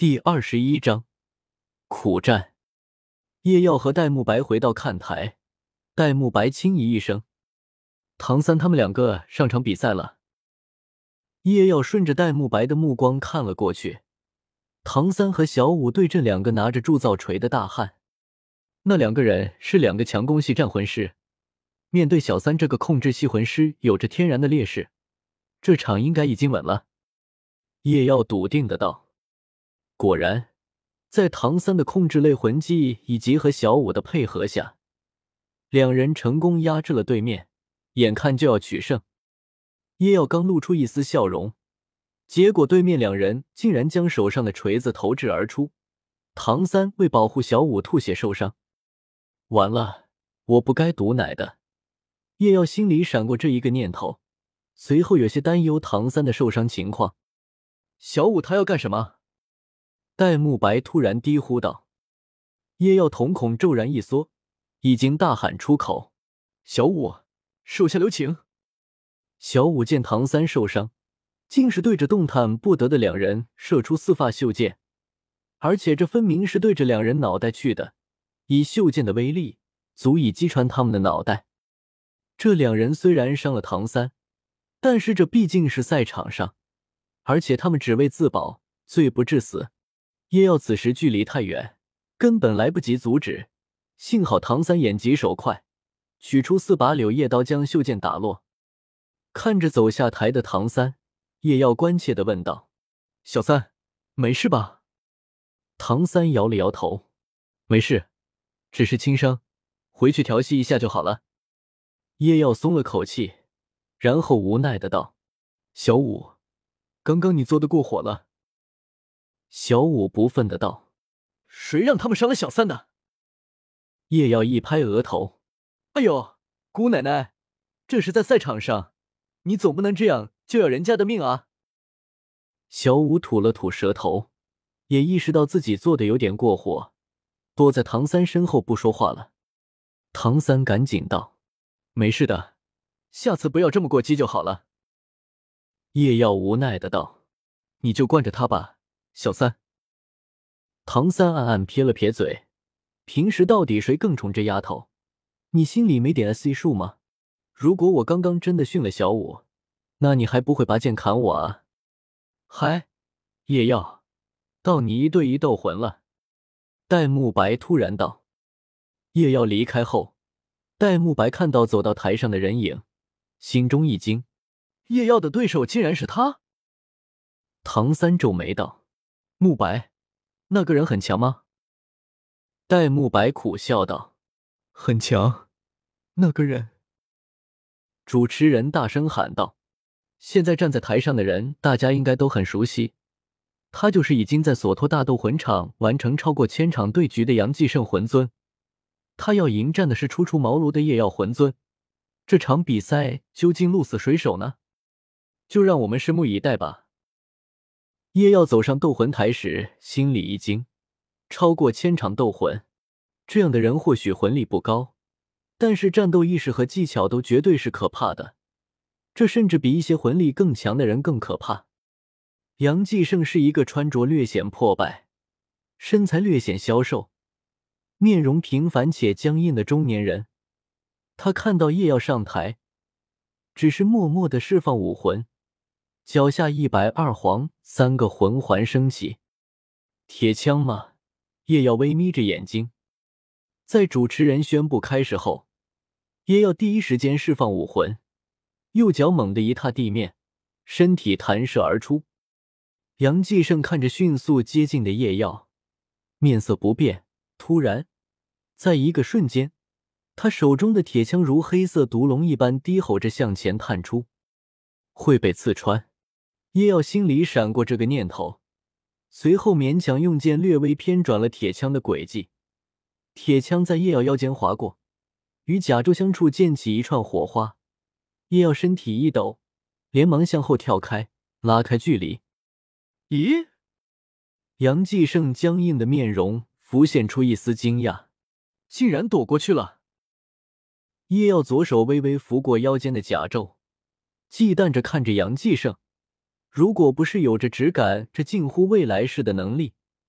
第21章苦战。叶耀和戴沐白回到看台，戴沐白轻咦一声：“唐三他们两个上场比赛了。”叶耀顺着戴沐白的目光看了过去，唐三和小舞对阵两个拿着铸造锤的大汉，那两个人是两个强攻系战魂师，面对小三这个控制系魂师有着天然的劣势，这场应该已经稳了。叶耀笃定的道。果然，在唐三的控制类魂技以及和小舞的配合下，两人成功压制了对面，眼看就要取胜。叶耀刚露出一丝笑容，结果对面两人竟然将手上的锤子投掷而出。唐三为保护小舞吐血受伤，完了，我不该毒奶的。叶耀心里闪过这一个念头，随后有些担忧唐三的受伤情况。小舞他要干什么？戴沐白突然低呼道。叶耀瞳孔骤然一缩，已经大喊出口：“小舞，手下留情！”小舞见唐三受伤，竟是对着动弹不得的两人射出四发袖箭，而且这分明是对着两人脑袋去的，以袖箭的威力足以击穿他们的脑袋。这两人虽然伤了唐三，但是这毕竟是赛场上，而且他们只为自保，罪不至死。叶耀此时距离太远，根本来不及阻止，幸好唐三眼疾手快，取出4把柳叶刀将袖箭打落。看着走下台的唐三，叶耀关切地问道：“小三，没事吧？”唐三摇了摇头：“没事，只是轻伤，回去调息一下就好了。”叶耀松了口气，然后无奈地道：“小舞，刚刚你做得过火了。”小舞不忿的道：“谁让他们伤了小三的？”叶耀一拍额头：“哎呦，姑奶奶，这是在赛场上，你总不能这样就要人家的命啊！”小舞吐了吐舌头，也意识到自己做的有点过火，躲在唐三身后不说话了。唐三赶紧道：“没事的，下次不要这么过激就好了。”叶耀无奈的道：“你就惯着他吧。小三。”唐三暗暗撇了撇嘴，平时到底谁更宠这丫头？你心里没点 SC 数吗？如果我刚刚真的训了小舞，那你还不会拔剑砍我啊？嗨，叶耀，到你1对1斗魂了。戴沐白突然道。叶耀离开后，戴沐白看到走到台上的人影，心中一惊，叶耀的对手竟然是他。唐三皱眉道：“沐白，那个人很强吗？”戴沐白苦笑道：“很强，那个人。”主持人大声喊道：“现在站在台上的人，大家应该都很熟悉，他就是已经在索托大斗魂场完成超过1000场对局的杨继盛魂尊。他要迎战的是初出茅庐的叶耀魂尊，这场比赛究竟鹿死谁手呢？就让我们拭目以待吧。”叶耀走上斗魂台时，心里一惊，超过1000场斗魂，这样的人或许魂力不高，但是战斗意识和技巧都绝对是可怕的，这甚至比一些魂力更强的人更可怕。杨继盛是一个穿着略显破败，身材略显消瘦，面容平凡且僵硬的中年人。他看到叶耀上台，只是默默地释放武魂，脚下120黄3个魂环升起。铁枪吗？叶耀微眯着眼睛。在主持人宣布开始后，叶耀第一时间释放武魂，右脚猛地一踏地面，身体弹射而出。杨继盛看着迅速接近的叶耀，面色不变。突然，在一个瞬间，他手中的铁枪如黑色毒龙一般低吼着向前探出。会被刺穿，叶耀心里闪过这个念头，随后勉强用剑略微偏转了铁枪的轨迹，铁枪在叶耀腰间划过，与甲胄相处溅起一串火花。叶耀身体一抖，连忙向后跳开，拉开距离。咦？杨继盛僵硬的面容浮现出一丝惊讶，竟然躲过去了。叶耀左手微微拂过腰间的甲胄，忌惮着看着杨继盛，如果不是有着只感这近乎未来式的能力，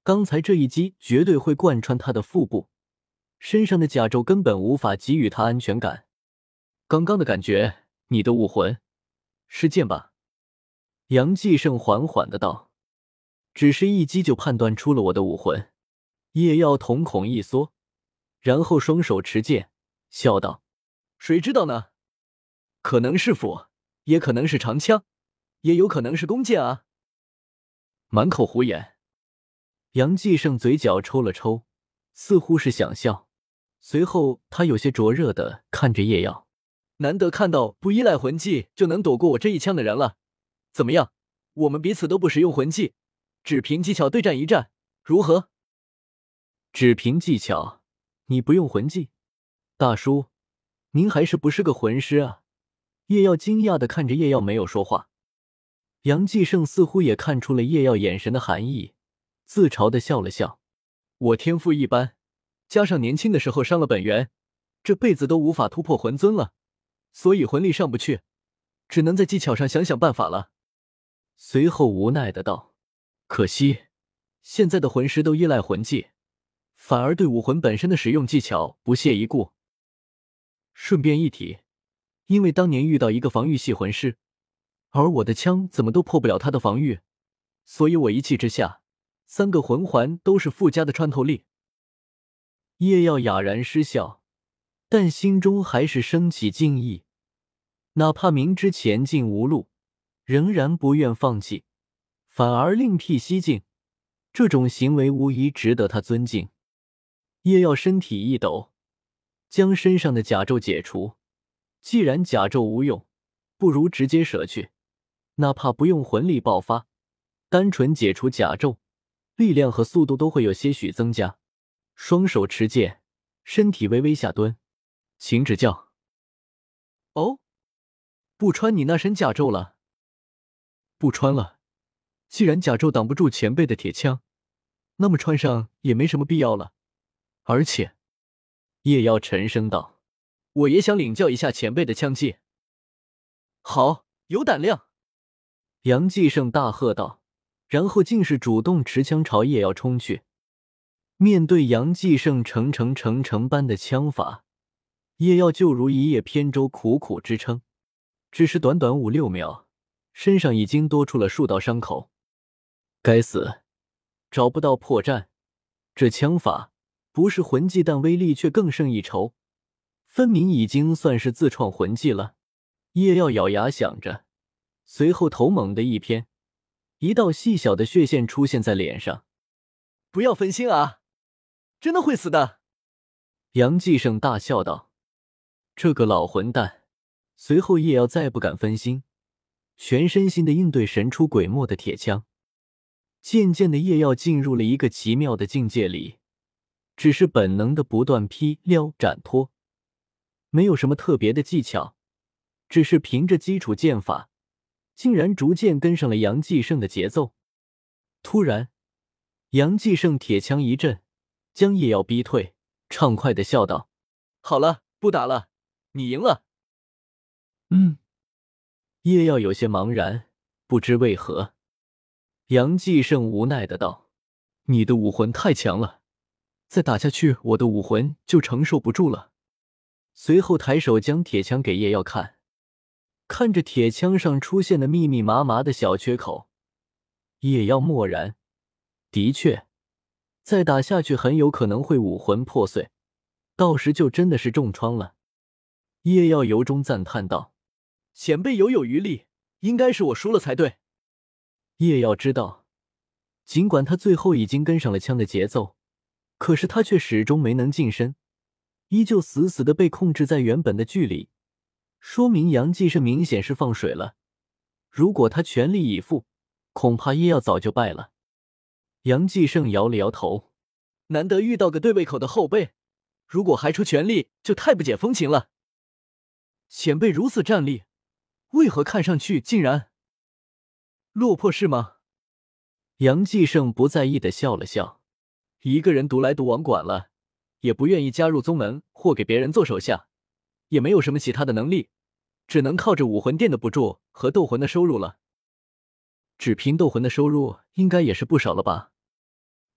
刚才这一击绝对会贯穿他的腹部，身上的甲胄根本无法给予他安全感。刚刚的感觉，你的武魂是剑吧？杨继盛缓缓的道。只是一击就判断出了我的武魂。叶耀瞳孔一缩，然后双手持剑，笑道：谁知道呢？可能是斧，也可能是长枪，也有可能是弓箭啊。满口胡言。杨继盛嘴角抽了抽，似乎是想笑。随后他有些灼热的看着叶耀，难得看到不依赖魂技就能躲过我这一枪的人了。怎么样，我们彼此都不使用魂技，只凭技巧对战一战，如何？只凭技巧？你不用魂技？大叔，您还是不是个魂师啊？叶耀惊讶地看着叶耀，没有说话。杨继盛似乎也看出了叶耀眼神的含义，自嘲地笑了笑。我天赋一般，加上年轻的时候伤了本源，这辈子都无法突破魂尊了，所以魂力上不去，只能在技巧上想想办法了。随后无奈的道：可惜，现在的魂师都依赖魂技，反而对武魂本身的使用技巧不屑一顾。顺便一提，因为当年遇到一个防御系魂师，而我的枪怎么都破不了他的防御，所以我一气之下，3个魂环都是附加的穿透力。叶耀哑然失笑，但心中还是升起敬意，哪怕明知前进无路，仍然不愿放弃，反而另辟蹊径，这种行为无疑值得他尊敬。叶耀身体一抖，将身上的甲胄解除。既然甲胄无用，不如直接舍去，哪怕不用魂力爆发，单纯解除甲胄，力量和速度都会有些许增加。双手持剑，身体微微下蹲，请指教。哦，不穿你那身甲胄了？不穿了，既然甲胄挡不住前辈的铁枪，那么穿上也没什么必要了。而且，叶耀沉声道：我也想领教一下前辈的枪技。好，有胆量！杨继盛大喝道，然后竟是主动持枪朝叶耀冲去。面对杨继盛层层般的枪法，叶耀就如一叶扁舟苦苦支撑，只是短短5-6秒，身上已经多出了数道伤口。该死，找不到破绽，这枪法不是魂技，但威力却更胜一筹，分明已经算是自创魂技了。叶耀咬牙想着，随后头猛地一偏，一道细小的血线出现在脸上。不要分心啊，真的会死的！杨继盛大笑道：这个老混蛋。随后叶耀再不敢分心，全身心的应对神出鬼没的铁枪。渐渐的，叶耀进入了一个奇妙的境界里，只是本能的不断劈撩斩脱，没有什么特别的技巧，只是凭着基础剑法，竟然逐渐跟上了杨继盛的节奏。突然，杨继盛铁枪一震，将叶耀逼退，畅快地笑道：好了，不打了，你赢了。叶耀有些茫然，不知为何。杨继盛无奈的道：你的武魂太强了，再打下去我的武魂就承受不住了。随后抬手将铁枪给叶耀看，看着铁枪上出现的密密麻麻的小缺口，叶耀默然。的确，再打下去很有可能会武魂破碎，到时就真的是重创了。叶耀由衷赞叹道：前辈犹有余力，应该是我输了才对。叶耀知道，尽管他最后已经跟上了枪的节奏，可是他却始终没能近身，依旧死死地被控制在原本的距离，说明杨继盛明显是放水了。如果他全力以赴，恐怕叶耀早就败了。杨继盛摇了摇头，难得遇到个对胃口的后辈，如果还出全力，就太不解风情了。前辈如此战力，为何看上去竟然落魄是吗？杨继盛不在意的笑了笑，一个人独来独往惯了，也不愿意加入宗门或给别人做手下，也没有什么其他的能力，只能靠着武魂殿的补助和斗魂的收入了。只凭斗魂的收入应该也是不少了吧？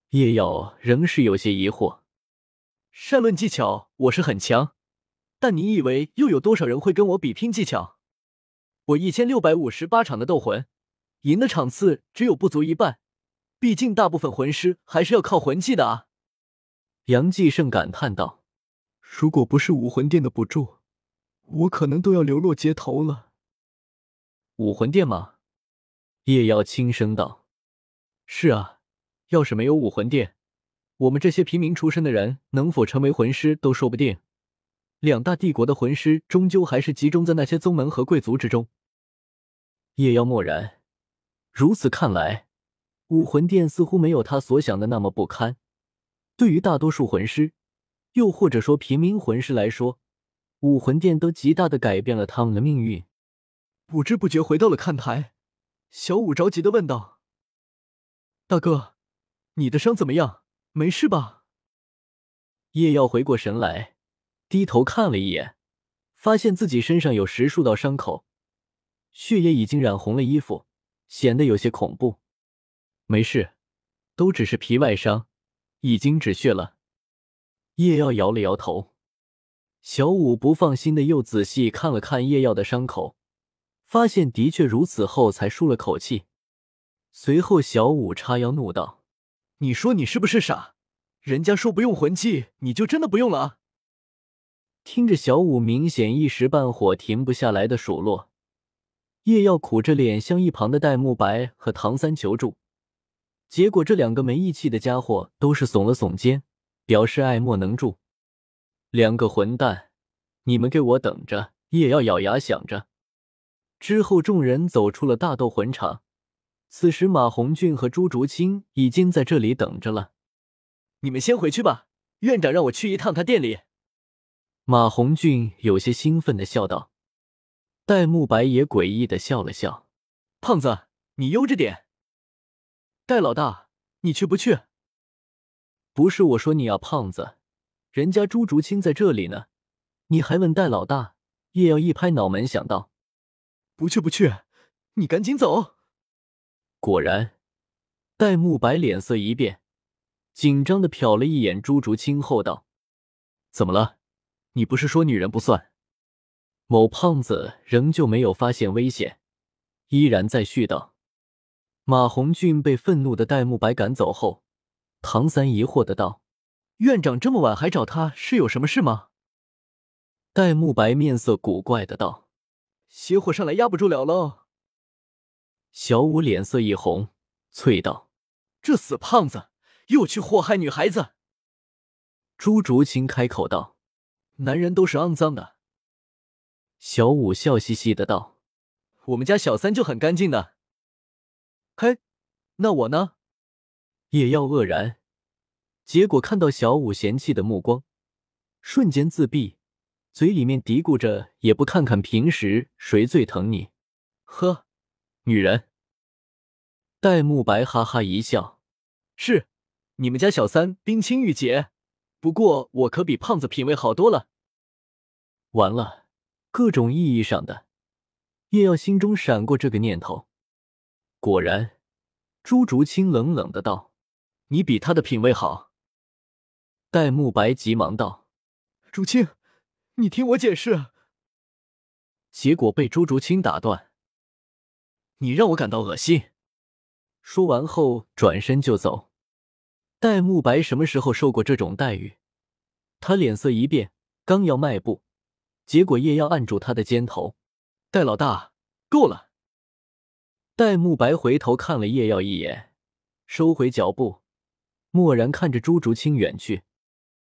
叶耀仍是有些疑惑。善论技巧我是很强，但你以为又有多少人会跟我比拼技巧？我1658场的斗魂，赢的场次只有不足一半，毕竟大部分魂师还是要靠魂技的啊。杨继盛感叹道：如果不是武魂殿的补助，我可能都要流落街头了。武魂殿吗？叶耀轻声道：是啊，要是没有武魂殿，我们这些平民出身的人能否成为魂师都说不定。两大帝国的魂师终究还是集中在那些宗门和贵族之中。叶耀默然，如此看来，武魂殿似乎没有他所想的那么不堪。对于大多数魂师，又或者说平民魂师来说，武魂殿都极大地改变了他们的命运。不知不觉回到了看台，小五着急地问道：大哥，你的伤怎么样？没事吧？叶耀回过神来，低头看了一眼，发现自己身上有10数道伤口，血液已经染红了衣服，显得有些恐怖。没事，都只是皮外伤，已经止血了。叶耀摇了摇头。小五不放心的又仔细看了看叶耀的伤口，发现的确如此后才舒了口气。随后小五叉腰怒道：你说你是不是傻？人家说不用魂技，你就真的不用了啊？听着小五明显一时半会停不下来的数落，叶耀苦着脸向一旁的戴沐白和唐三求助，结果这两个没义气的家伙都是耸了耸肩，表示爱莫能助。两个混蛋，你们给我等着！叶耀咬牙想着。之后众人走出了大斗魂场，此时马红俊和朱竹清已经在这里等着了。你们先回去吧，院长让我去一趟他店里。马红俊有些兴奋地笑道。戴沐白也诡异地笑了笑：胖子，你悠着点。戴老大，你去不去？不是我说你啊，胖子，人家朱竹清在这里呢，你还问戴老大？叶耀一拍脑门想到：不去不去，你赶紧走。果然，戴沐白脸色一变，紧张地瞟了一眼朱竹清后道：怎么了？你不是说女人不算？某胖子仍旧没有发现危险，依然在絮道。马红俊被愤怒的戴沐白赶走后，唐三疑惑的道：院长这么晚还找他，是有什么事吗？戴沐白面色古怪的道：邪火上来压不住了喽。小五脸色一红，啐道：这死胖子又去祸害女孩子。朱竹清开口道：男人都是肮脏的。小五笑嘻嘻的道：我们家小三就很干净的。嘿，那我呢？叶耀愕然，结果看到小五嫌弃的目光，瞬间自闭，嘴里面嘀咕着也不看看平时谁最疼你。呵，女人。戴沐白哈哈一笑：是，你们家小三冰清玉洁，不过我可比胖子品味好多了。完了，各种意义上的，叶耀心中闪过这个念头。果然，朱竹清冷冷的道：你比他的品味好。戴沐白急忙道：竹清，你听我解释。结果被朱竹清打断：你让我感到恶心。说完后转身就走。戴沐白什么时候受过这种待遇？他脸色一变，刚要迈步，结果叶耀按住他的肩头：戴老大，够了。戴沐白回头看了叶耀一眼，收回脚步，默然看着朱竹清远去。